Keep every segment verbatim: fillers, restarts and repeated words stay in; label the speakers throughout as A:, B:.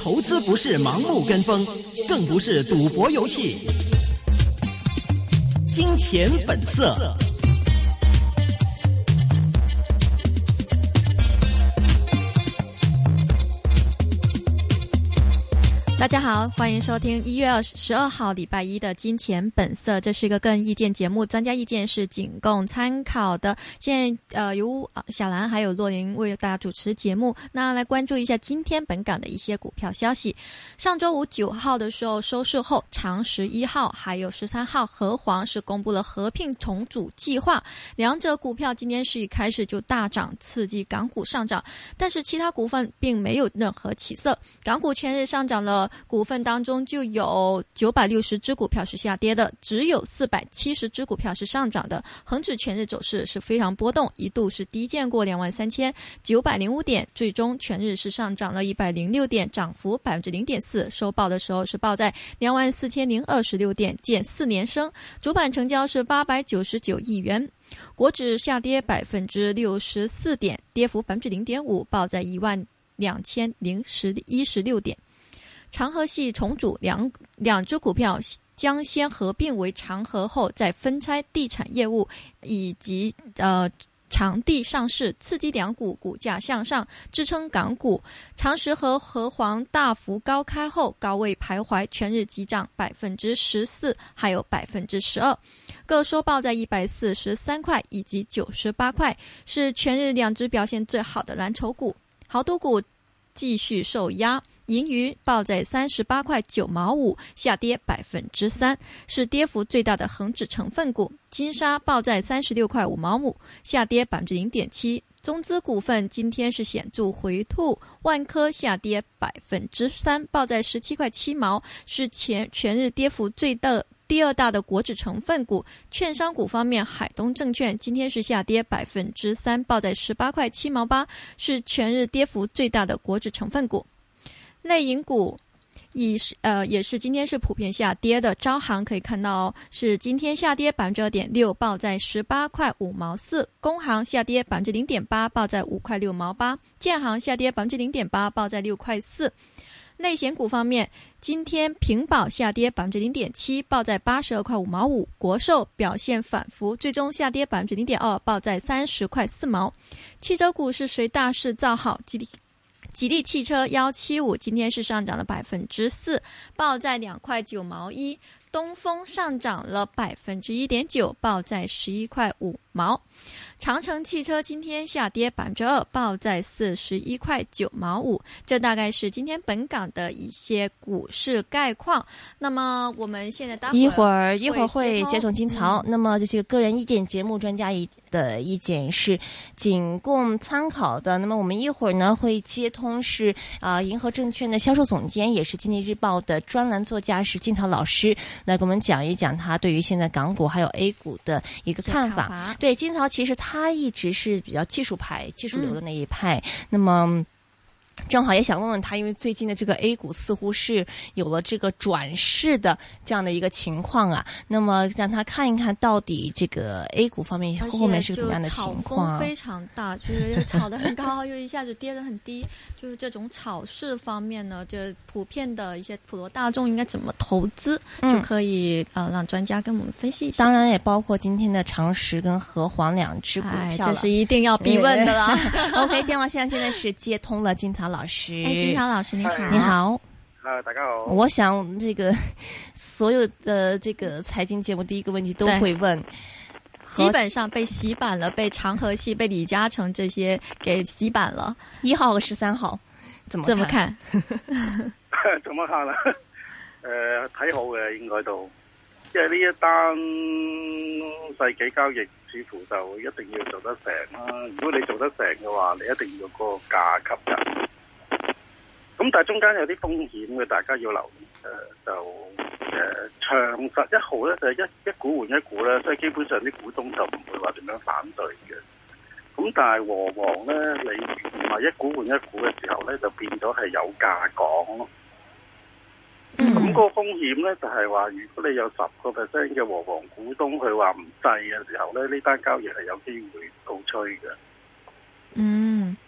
A: 投资不是盲目跟风，更不是赌博游戏。金钱本色。
B: 大家好，欢迎收听一月二十二号礼拜一的金钱本色，这是一个个人意见节目，专家意见是仅供参考的。现在呃由小兰还有洛琳为大家主持节目，那来关注一下今天本港的一些股票消息。上周五九号的时候收市后，长实一号还有十三号和黄是公布了合并重组计划，两者股票今天是一开始就大涨，刺激港股上涨，但是其他股份并没有任何起色，港股全日上涨了。股份当中就有九百六十只股票是下跌的，只有四百七十只股票是上涨的。恒指全日走势是非常波动，一度是低见过两万三千九百零五点，最终全日是上涨了一百零六点，涨幅百分之零点四，收报的时候是报在两万四千零二十六点，见四连升。主板成交是八百九十九亿元。国指下跌百分之六十四点，跌幅百分之零点五，报在一万两千零十一十六点。长和系重组，两两只股票将先合并为长和，后再分拆地产业务以及呃长地上市，刺激两股股价向上，支撑港股。长实和和黄大幅高开后高位徘徊，全日急涨百分之十四，还有百分之十二，各收报在一百四十三块以及九十八块，是全日两只表现最好的蓝筹股。豪赌股继续受压，银娱报在三十八块九毛五，下跌百分之三，是跌幅最大的恒指成分股。金沙报在三十六块五毛五，下跌百分之零点七。中资股份今天是显著回吐，万科下跌百分之三，报在十七块七毛，是前全日跌幅最大第二大的国指成分股。券商股方面，海东证券今天是下跌百分之三，报在十八块七毛八，是全日跌幅最大的国指成分股。内银股也是呃也是今天是普遍下跌的，招行可以看到、哦、是今天下跌百分之二点六，报在十八块五毛四。工行下跌百分之零点八，报在五块六毛八。建行下跌百分之零点八，报在六块四。内险股方面，今天平保下跌百分之零点七，报在八十二块五毛五。国寿表现反复，最终下跌百分之零点二，报在三十块四毛。汽车股是随大势造好，吉利吉利汽车一七五今天是上涨了百分之四，报在两块九毛一。东风上涨了百分之一点九，报在十一块五毛。长城汽车今天下跌百分之二，报在四十一块九毛五。这大概是今天本港的一些股市概况。那么我们现在待会
C: 一会儿一会儿会接种金曹、
B: 嗯、
C: 那么这些个人意见，节目专家的意见是仅供参考的。那么我们一会儿呢会接通是啊、呃、银河证券的销售总监，也是经济日报的专栏作家是金曹老师，来给我们讲一讲他对于现在港股还有 A 股的一个看法。
B: 看法
C: 对，金曹其实他一直是比较技术派、技术流的那一派。嗯、那么正好也想问问他，因为最近的这个 A 股似乎是有了这个转势的这样的一个情况啊，那么让他看一看到底这个 A 股方面后面是怎么样的情况。
B: 非常大，就是炒得很高又一下子跌得很低，就是这种炒势方面呢，就普遍的一些普罗大众应该怎么投资、嗯、就可以呃让专家跟我们分析一下。
C: 当然也包括今天的长实跟和黄两只股票了、
B: 哎、这是一定要必问的啦。
C: OK， 电话线现在是接通了金曹老师。
B: 哎，金曹老师你好。
C: 你好。
D: 啊，大家好。
C: 我想这个所有的这个财经节目第一个问题都会问，
B: 基本上被洗版了，被长和系、被李嘉诚这些给洗版了。
C: 一号和十三号怎么
B: 怎么看？
D: 怎麼看啦？誒、呃，睇好嘅應該都，因為呢一單世紀交易似乎就一定要做得成啦。如果你做得成嘅話，你一定要個價吸引。咁但係中間有啲風險嘅，大家要留意。誒、呃、就誒、呃、長實一號咧就係一一股換一股咧，所以基本上啲股東就唔會話點樣反對嘅。咁但係和黃咧，你唔係一股換一股嘅時候咧，就變咗係有價講咯。咁、嗯、個風險咧就係話，如果你有十個 percent 嘅和黃股東佢話唔制嘅時候咧，呢單交易係有機會告吹嘅。
B: 嗯。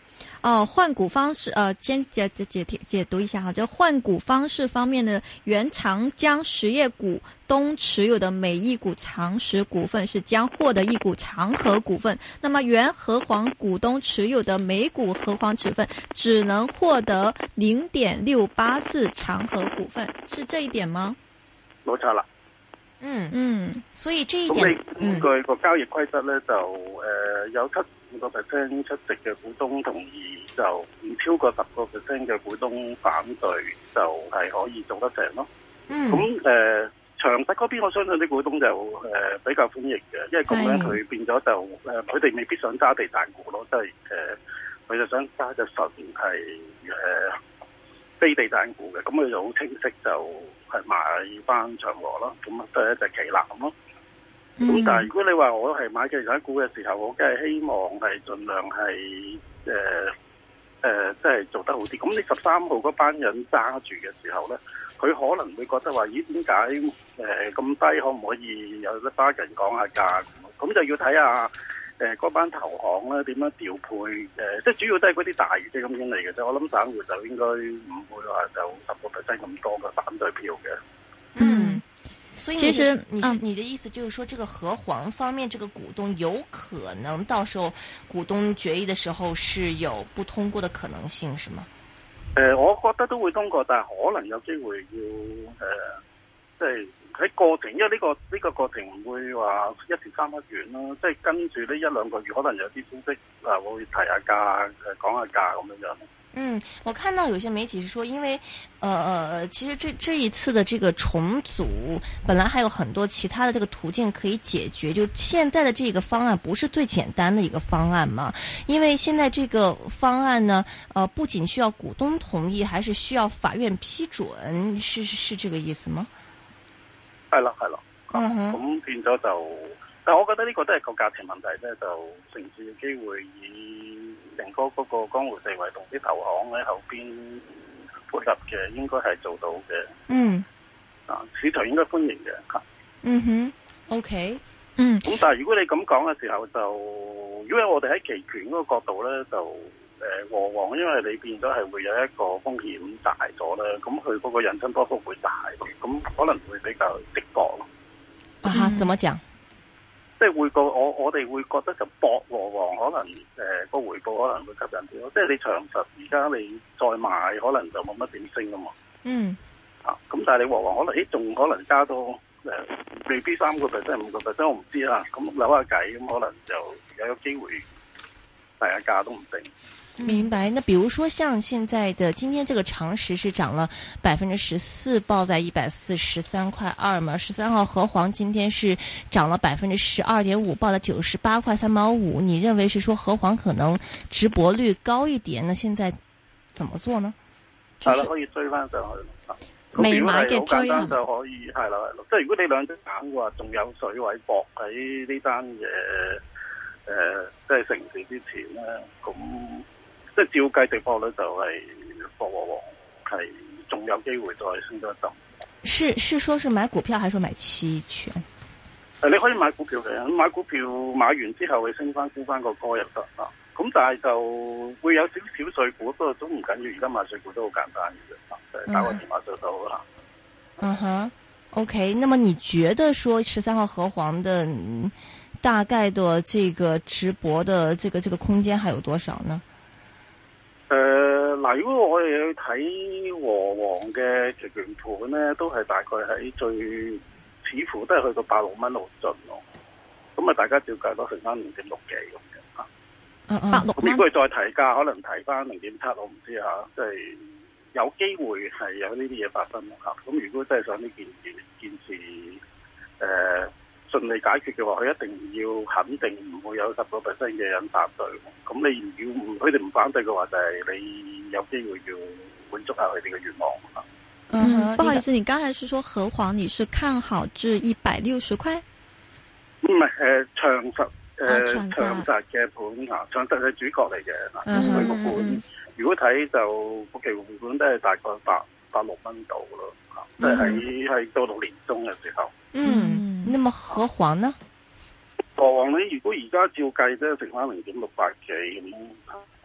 B: 哦，換股方式，呃，先解解解解讀一下哈，就換股方式方面呢，原長江實業股東持有的每一股長實股份是將獲得一股長和股份，那麼原和黃股東持有的每股和黃股份只能獲得零點六八四長和股份，是這一點嗎？
D: 冇錯啦。
C: 嗯
B: 嗯，
C: 所以這一點，
D: 根據個交易規則咧，就誒、呃、有七五個 percent 出席嘅股東同意，就唔超過十個 percent 嘅股東反對，就係可以做得成咯。
C: 嗯，
D: 咁誒、呃、長實嗰邊，我相信啲股東就誒、呃、比較歡迎嘅，因為咁樣佢變咗就誒，佢、呃、哋未必想揸地產股咯，即係誒佢就想揸隻純係誒非地產股嘅，咁佢就好清晰就係買翻長和咯，咁都係一隻旗艦咯。咁、嗯、但係如果你話我係買地產股嘅時候，我梗係希望係盡量係誒誒，即係做得好啲。咁你十三號嗰班人揸住嘅時候咧，佢可能會覺得話：咦，點解誒咁低？可唔可以有得巴人講下價？咁就要睇下誒嗰班投行咧點樣調配誒、呃，即係主要都係嗰啲大嘅基金經理嘅啫。我諗散戶就應該唔會話就十個 percent 咁多嘅反對票嘅。
C: 嗯。所以
B: 其實，
C: 你
B: 嗯，
C: 你的意思就是說，這個和黃方面，這個股東有可能到時候股東決議的時候是有不通過的可能性，是嗎？
D: 誒、呃，我覺得都會通過，但係可能有機會要誒，即係喺過程，因為呢、這個呢、這個過程唔會話一時三刻完咯，即係跟住呢一兩個月，可能有啲消息啊會提下價，誒講下價咁樣樣。
C: 嗯，我看到有些媒體是說，因為，呃，其實這這一次的這個重組，本來還有很多其他的這個途徑可以解決，就現在的這個方案不是最簡單的一個方案嘛？因為現在這個方案呢，呃，不僅需要股東同意，還是需要法院批准，是是是這個意思嗎？
D: 係啦係啦，
C: 嗯哼，
D: 咁變咗就，但係我覺得呢個都係個價錢問題咧，就成事嘅機會以。成哥嗰個江湖地位同啲投行喺後邊配合嘅，應該係做到嘅。嗯，啊，市場應該歡迎嘅嚇。
C: 嗯哼 ，OK，
B: 嗯。
D: 咁但係如果你咁講嘅時候就，就如果我哋喺期權嗰個角度咧，就誒、呃、和黃，因為你變咗係會有一個風險大咗咧，咁佢嗰個引伸波幅會大，咁可能會比較直博咯。
C: 啊，怎麼講？
D: 即係會個我我哋會覺得就博和黃可能誒個、呃、回報可能會吸引啲咯，即係你長實而家你再買可能就冇乜點升噶嘛。嗯。啊，咁但係你和黃可能誒仲可能加到誒、呃、未必三個 percent 五個 percent 我唔知啦。咁扭下計咁可能就有個機會大家價都唔定。
C: 明白。那比如說像現在的今天這個長實是漲了百分之十四，報在一百四十三塊二嘛。十三號和黃今天是漲了百分之十二點五，報在九十八塊三毛五。你認為是說和黃可能值博率高一點？那現在怎麼做呢？
D: 係、就、啦、是，可以追翻上去。
B: 未買嘅追啊，
D: 就可以係啦係啦。即係如果你兩隻揀嘅話，仲有水位搏喺呢單嘢誒，即係成事之前咧，咁。即係照計，直播率就係博和黃係仲有機會再升多一陣。
C: 是是說是買股票，還是說買期權？
D: 誒，你可以買股票嘅，買股票買完之後，你升翻升翻個歌又得啊。咁但係就會有少少碎股，不過都唔緊要。而家買碎股都好簡單嘅，就係打個電話就到啦。
C: 嗯哼 ，OK。那麼你覺得說十三號和黃的大概的這個直播的這個這個空間還有多少呢？
D: 誒、呃，嗱，如果我哋去睇和黃嘅期權盤咧，都係大概喺最，似乎都係去到八六蚊路盡咯。咁啊，大家照計都剩翻零點六幾咁嘅吓。嗯嗯。八六蚊。如果佢再提價，可能提翻零點七，我唔知吓，即係有機會係有呢啲嘢發生咯吓。咁如果真係想呢件件件事誒順利解決嘅話，佢一定要肯定唔會有十個 percent 嘅人反對。咁你如果佢哋唔反對嘅話，就係、是、你有機會要滿足下佢哋嘅願望。
B: 嗯，不好意思，你剛才是說和黃，你是看好至一百六十塊？
D: 唔係，誒長實誒長實嘅盤嚇，長實係主角嚟嘅。佢個盤如果睇就個期貨盤都係大概百百六蚊度咯嚇，即係喺係到到年中嘅時候。
C: 嗯，那麼和黃呢？和
D: 黃你如果而家照計咧，剩翻零點六八幾咁，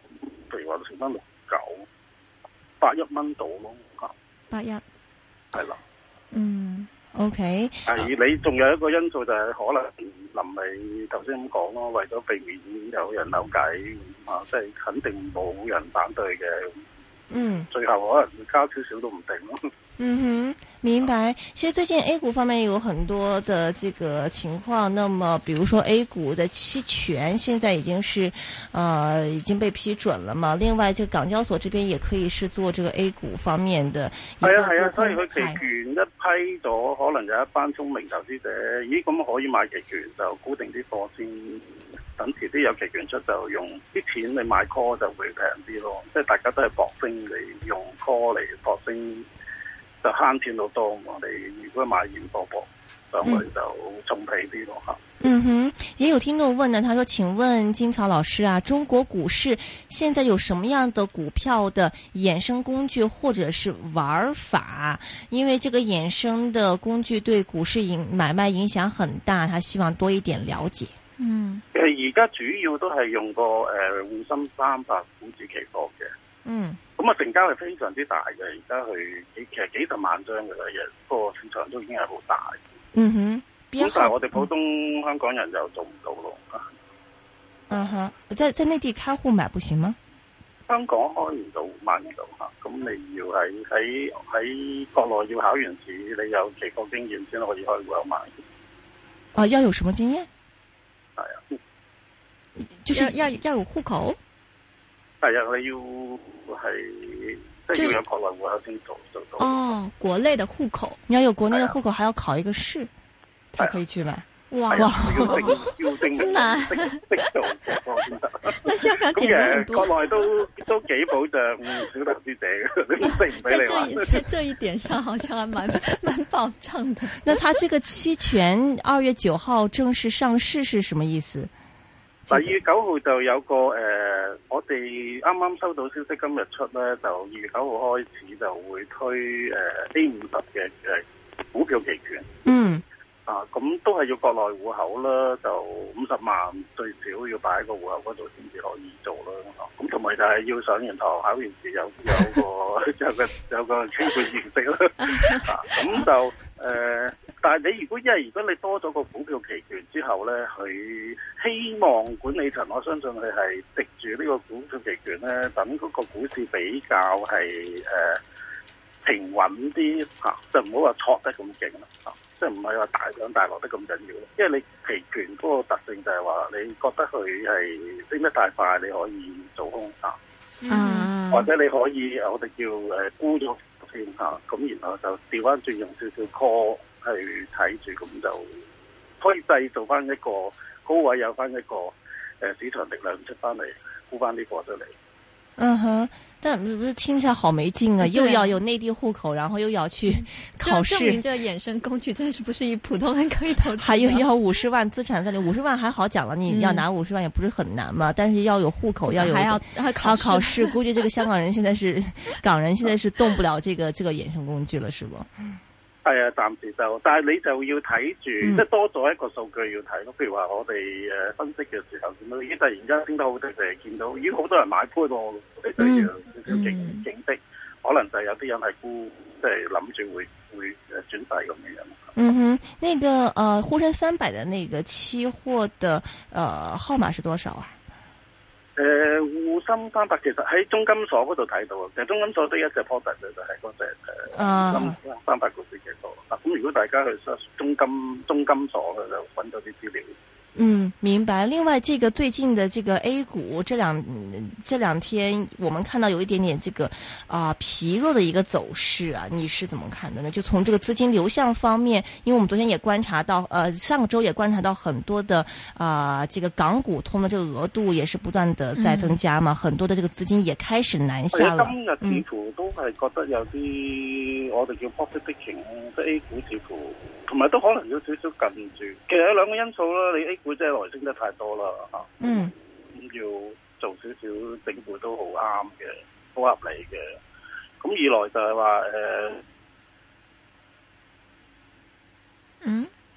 D: 譬如話剩翻六九八一蚊到咯嚇，
B: 八一
D: 係啦。
B: 嗯
C: OK，
D: 係你仲有一個因素就係可能臨尾頭先咁講咯，為咗避免有人扭計啊，即係肯定冇人反對嘅。
C: 嗯，
D: 最後可能會加少少都唔定咯。
C: 嗯哼，明白。其實最近 A 股方面有很多的這個情況，那麼比如說 A 股的期權現在已經是，呃，已經被批准了嘛。另外，就港交所這邊也可以是做這個 A 股方面的一個
D: 係啊係啊，所以佢期
C: 係
D: 權一批咗，可能有一班聰明投資者，咦咁可以買期權就固定啲貨先，等遲啲有期權出就用啲錢你買 call 就會平啲咯。即係大家都係搏升嚟用 call 嚟搏升。就慳錢好多嘛！你如果買現貨博上去就重皮啲咯嚇。
C: 嗯哼，也有聽眾問呢，他說：請問金曹老師啊，中國股市現在有什麼樣的股票的衍生工具或者是玩法？因為這個衍生的工具對股市影買賣影響很大，他希望多一點了解。
B: 嗯，
D: 誒而家主要都係用個誒滬深三百股指期貨嘅。
C: 嗯。
D: 咁啊，成交係非常之大嘅，而家佢幾其實幾十萬張嘅啦，不過市場都已經係好大。
C: 嗯哼，
D: 咁但係我哋普通香港人就做唔到咯。
C: 嗯哼，在在內地開戶買不行嗎？
D: 香港開唔到，買唔到嚇。咁你要喺喺喺國內要考完試，你有期貨經驗先可以開戶口買。
C: 哦，要有什麼經驗？
D: 係啊，
C: 就是
B: 要要要有戶口。
D: 係啊，你要係即係要有國內戶口先做做到。
B: 哦，國內的戶口，
C: 你要有國內的戶口，還要考一個試，才可以去買。
B: 哇
D: 哇，要證要證
B: 真難，
D: 識識做嘅先得。
B: 那香港簡單很多。
D: 國內都都幾保障小投資者嘅，你識唔俾你玩。
B: 在這在這一點上，好像還蠻蠻保障的。
C: 那他這個期權二月九號正式上市是什麼意思？
D: 嗱，二月九號就有個誒、呃，我哋啱啱收到消息，今日出咧，就二月九號開始就會推誒 A 五十嘅誒股票期權。
C: 嗯。
D: 啊，咁都係要國內戶口啦，就五十萬最少要擺喺個戶口嗰度先至可以做啦。咁同埋就係要上完堂考完試有有個有個有個基本認識啦。啊，咁就誒、呃，但係你如果因為如果你多咗個股票期權之後咧，佢希望管理層，我相信佢係藉住呢個股票期權咧，等嗰個股市比較係誒、呃、平穩啲嚇，就唔好話挫得咁勁啦嚇。即係唔係話大上大落得咁緊要咯，因為你期權嗰個特性就係話，你覺得佢係升得太快，你可以做空啊，
B: 嗯，
D: 或者你可以我哋叫誒沽咗先嚇，咁然後就調翻轉用少少 call 去睇住，咁就可以製造翻一個高位，有翻一個誒市場力量出翻嚟沽翻啲貨出嚟。
C: 嗯哼，但不是聽起來好沒勁啊！又要有內地戶口，然後又要去考試，
B: 證明這個衍生工具真是不是一普通人可以投資。
C: 還有要五十萬資產在裏，五十萬還好講了，你要拿五十萬也不是很難嘛。嗯、但是要有戶口，要有
B: 還要還考
C: 考試，估計這個香港人現在是港人，現在是動不了這個這個衍生工具了，是不？
D: 係啊，暫時就，但係你就要睇住，
C: 嗯、
D: 即係多咗一個數據要睇咯。譬如話我哋誒分析嘅時候，見到咦突然間升得好啲，就係見到咦好多人買 put 喎，你就要少少警警惕，可能就有啲人係沽，即係諗住會會誒轉勢咁嘅樣。
C: 嗯哼，那個呃滬深三百的那個期貨的呃號碼是多少啊？
D: 誒滬深三百其實喺中金所嗰度睇到，其實中金所得一隻 product 就係嗰隻誒滬深三百股市嘅多。咁如果大家去 search 中金中金所嘅就揾到啲資料。
C: 嗯，明白。另外，這個最近的這個 A 股這兩這兩天，我們看到有一點點這個啊、呃、疲弱的一個走勢啊，你是怎麼看的呢？就從這個資金流向方面，因為我們昨天也觀察到，呃，上個周也觀察到很多的啊、呃，這個港股通的這個額度也是不斷的在增加嘛，嗯、很多的這個資金也開始南下了。
D: 今日似乎都係覺得有啲、嗯、我哋叫 profit taking，即係 A 股似乎同埋都可能有少少近住。其實有兩個因素啦，你 A 股即係來升得太多啦嚇，
C: 嗯，
D: 咁要做少少整固都好啱嘅，好合理嘅。咁二來就係話誒，
B: 嗯，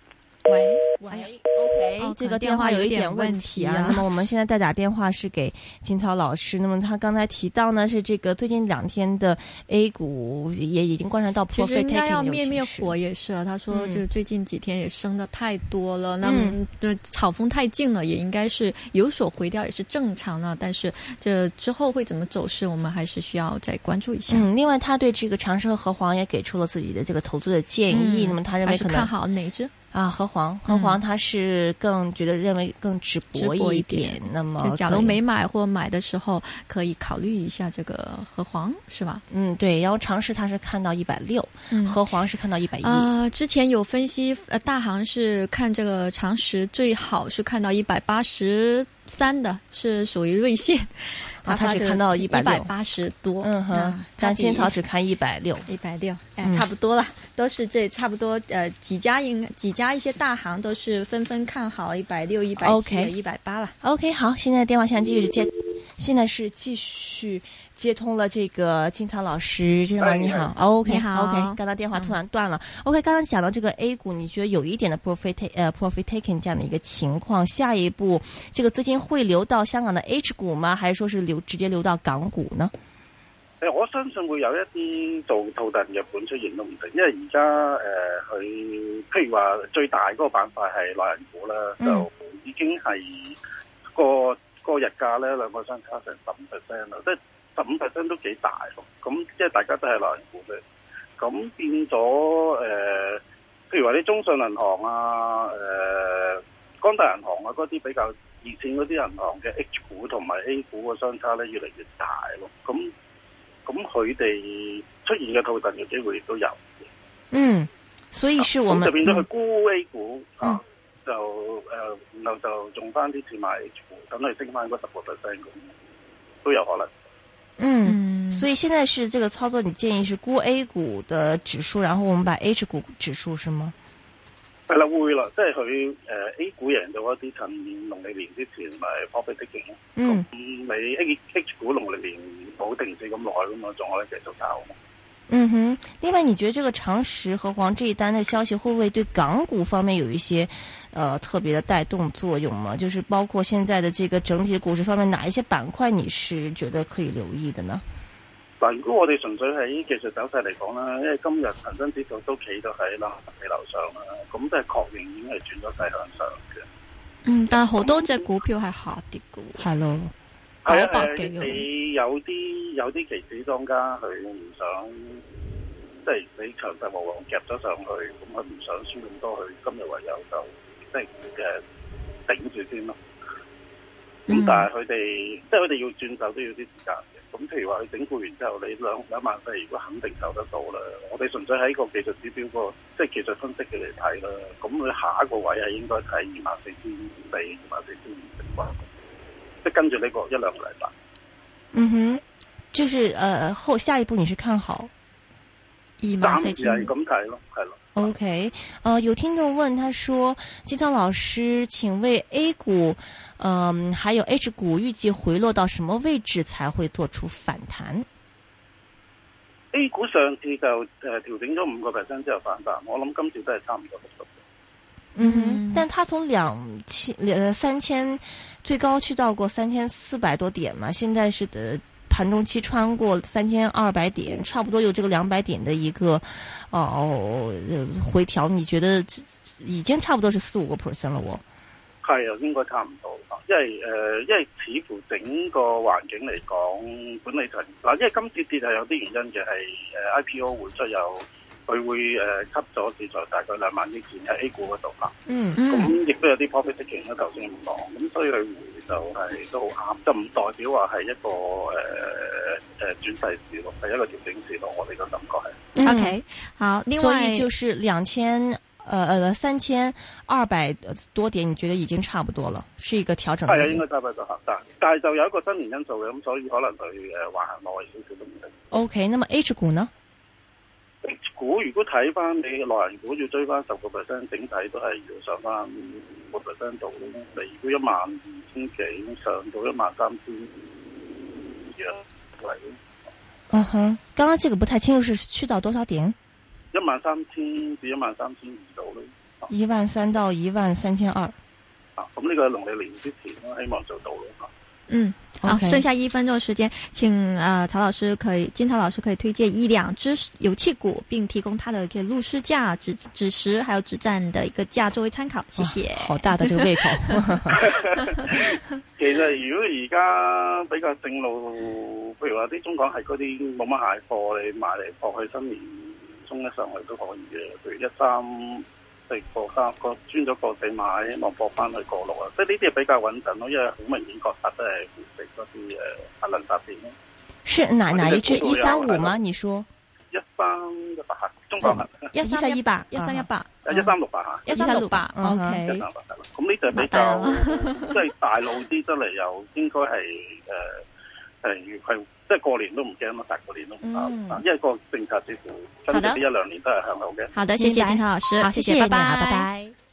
B: 喂
C: 喂 ，OK，、
B: 哦、
C: 这个电话有一点问题啊。那么我们现在再打电话是给金涛老师。那么他刚才提到呢，是这个最近两天的 A 股也已经观察到 profit taking
B: 其实应该要灭灭火也是啊。他说，就最近几天也升得太多了，嗯、那么对炒风太劲了，也应该是有所回调，也是正常的。但是这之后会怎么走势，我们还是需要再关注一下。
C: 嗯，另外他对这个长实和和黄也给出了自己的这个投资的建议。嗯、那么他认为可能
B: 看好哪只？
C: 啊，和黄，和黄他是更觉得认为更直博一点，嗯、那么
B: 就假如没买或买的时候，可以考虑一下这个和黄，是吧？
C: 嗯，对。然后长实他是看到一百六，和黄是看到一百一。
B: 啊，之前有分析，呃，大行是看这个长实最好是看到一百八十三的，是属于锐线。
C: 啊，他是看到一百
B: 一百八十多，
C: 嗯哼，但金草只看一百六，
B: 一百六，哎，差不多了，都是这差不多，呃，几家应几家一些大行都是纷纷看好一百六、一百七、一百八了。
C: OK， 好，现在电话线继续接，现在是继续接通了这个金草老师，金草老师你好 ，OK，
B: 你好
C: ，OK， 刚才电话突然断了、嗯、，OK， 刚才讲到这个 A 股，你觉得有一点的 profit 呃 profit taking 这样的一个情况，下一步这个资金会流到香港的 H 股吗？还是說是流直接流到港股呢？
D: 誒，我相信會有一啲做套戥嘅盤出現都唔定，因為而家誒佢譬如話最大嗰個板塊係內銀股啦，嗯、就已經係個個日價咧兩個相差成十五 percent 啦，即係十五 percent 都幾大咯。咁即係大家都係內銀股嘅，咁變咗誒、呃，譬如話啲中信銀行啊、誒、呃、光大銀行啊嗰啲比較二線嗰啲銀行嘅 H 股同埋 A 股嘅相差咧越嚟越大咯，咁咁佢哋出現嘅套戥嘅機會亦都有。
C: 嗯，所以是我們
D: 就變咗去沽 A 股、
C: 嗯、
D: 啊，就誒、呃，然後就用翻啲錢買 H 股，等佢升翻嗰十個 percent 咁，都有可能。
C: 嗯，所以現在是這個操作，你建議是沽 A 股的指數，然後我們買 H 股指數，是嗎？
D: 係啦，會啦，即係佢誒 A 股贏咗一啲，趁農曆年之前咪 profit taking 咯。嗯，咁你 H H 股農曆年冇停止咁耐咁嘛，仲可以繼續炒。
C: 嗯哼，另外你覺得這個長實和黃這一單的消息會不會對港股方面有一些呃特別的帶動作用嗎？就是包括現在的這個整體的股市方面，哪一些板塊你是覺得可以留意的呢？
D: 嗱，如果我哋純粹喺技術走勢嚟講啦，因為今日恒生指數都企到喺啦喺樓上啦，咁即係確認已經係轉咗勢向上嘅。
B: 嗯，但係好多隻股票係下跌嘅喎。係咯，九百幾。
D: 你有啲有啲期指莊家佢唔想，即係你長勢無望夾咗上去，咁佢唔想輸咁多，佢今日唯有就即係誒頂住先咯。咁、嗯、但係佢哋即係佢哋要轉手都要啲時間嘅。咁譬如話佢整固完之後，你兩兩萬四如果肯定受得到啦，我哋純粹喺個技術指標個即係技術分析嘅嚟睇啦。咁佢下一個位係應該睇二萬四千四、二萬四千五成啩，即係跟住呢個一兩個禮拜。
C: 嗯哼，就是呃後下一步你是看好二萬四千？
D: 係咁睇咯，係咯。
C: OK，呃，有聽眾問他說：金曹老師，請為 A 股，嗯、呃，還有 H 股預計回落到什麼位置才會做出反彈
D: ？A 股上次就誒、呃、調整咗五個 percent 之後反彈，我諗今次都係差唔多六十。
C: 嗯哼，但它從兩千呃三千最高去到過三千四百多點嘛，現在是的。盤中期穿過三千二百點，差不多有這個兩百點的一個哦、呃、回調，你覺得已經差不多是四五個 percent 了？我
D: 係啊，應該差唔多，因為誒、呃，因為似乎整個環境嚟講，管理層嗱，因為今次跌係有啲原因嘅，係誒 I P O 會出有，佢會誒吸咗市場大概兩萬億錢喺 A 股嗰度啦。嗯嗯，咁亦都有啲 profit taking 啦，頭先咁講，咁所以佢就係都好啱，就唔代表話係一個誒誒轉勢市咯，係一個調整市咯，我哋個感覺係。
B: 嗯、OK，好，另外
C: 所以就是兩千，呃呃三千二百多點，你覺得已經差不多了，是一個調整。
D: 係啊，應該差不多合但但係就有一個新年因素嘅，咁所以可能佢誒橫行耐少少都唔定。
C: OK，那麼 H 股呢？
D: H 股如果睇翻你內銀股要追翻十個 percent， 整體都係要上翻五個 percent 度。你如果一萬二千幾上到一萬三千嘅位。
C: 嗯哼，剛剛這個不太清楚是去到多少點？
D: 一萬三千至一萬三千二度咯。
C: 一萬三到一萬三千二。
D: 啊，咁呢個農曆年之前咯，希望做到咯。
B: 嗯，好，
C: Okay.
B: 剩下一分鐘時間，請呃曹老師可以，金曹老師可以推薦一兩隻有氣股，並提供他的嘅入市價、止止蝕還有止賺的一個價作為參考。謝謝。
C: 好大的這個胃口。
D: 其實如果而家比較正路，譬如話啲中港係嗰啲冇乜蟹貨，你買嚟搏去新年衝一上去都可以嘅。譬如一三四個三個專咗個四買，希望搏翻去個六啊。即係呢啲係比較穩陣咯，因為好明顯確實都係扶食嗰啲誒核能發電咯。
C: 是哪哪一支一三五嗎？你說
D: 一三一八嚇，中港核
B: 一三一八，一三一八，
D: 一三六八嚇，
B: 一三六八。O K。
D: 一三六八咁呢就比較即係大路啲得嚟，又應該係誒係係。即係過年都唔驚嘛，大過年都唔怕，嗯、因為個政策似乎跟住呢一兩年都係向好嘅。
B: 好的，謝謝金曹老師，
C: 好，
B: 謝謝，拜拜，
C: 拜拜。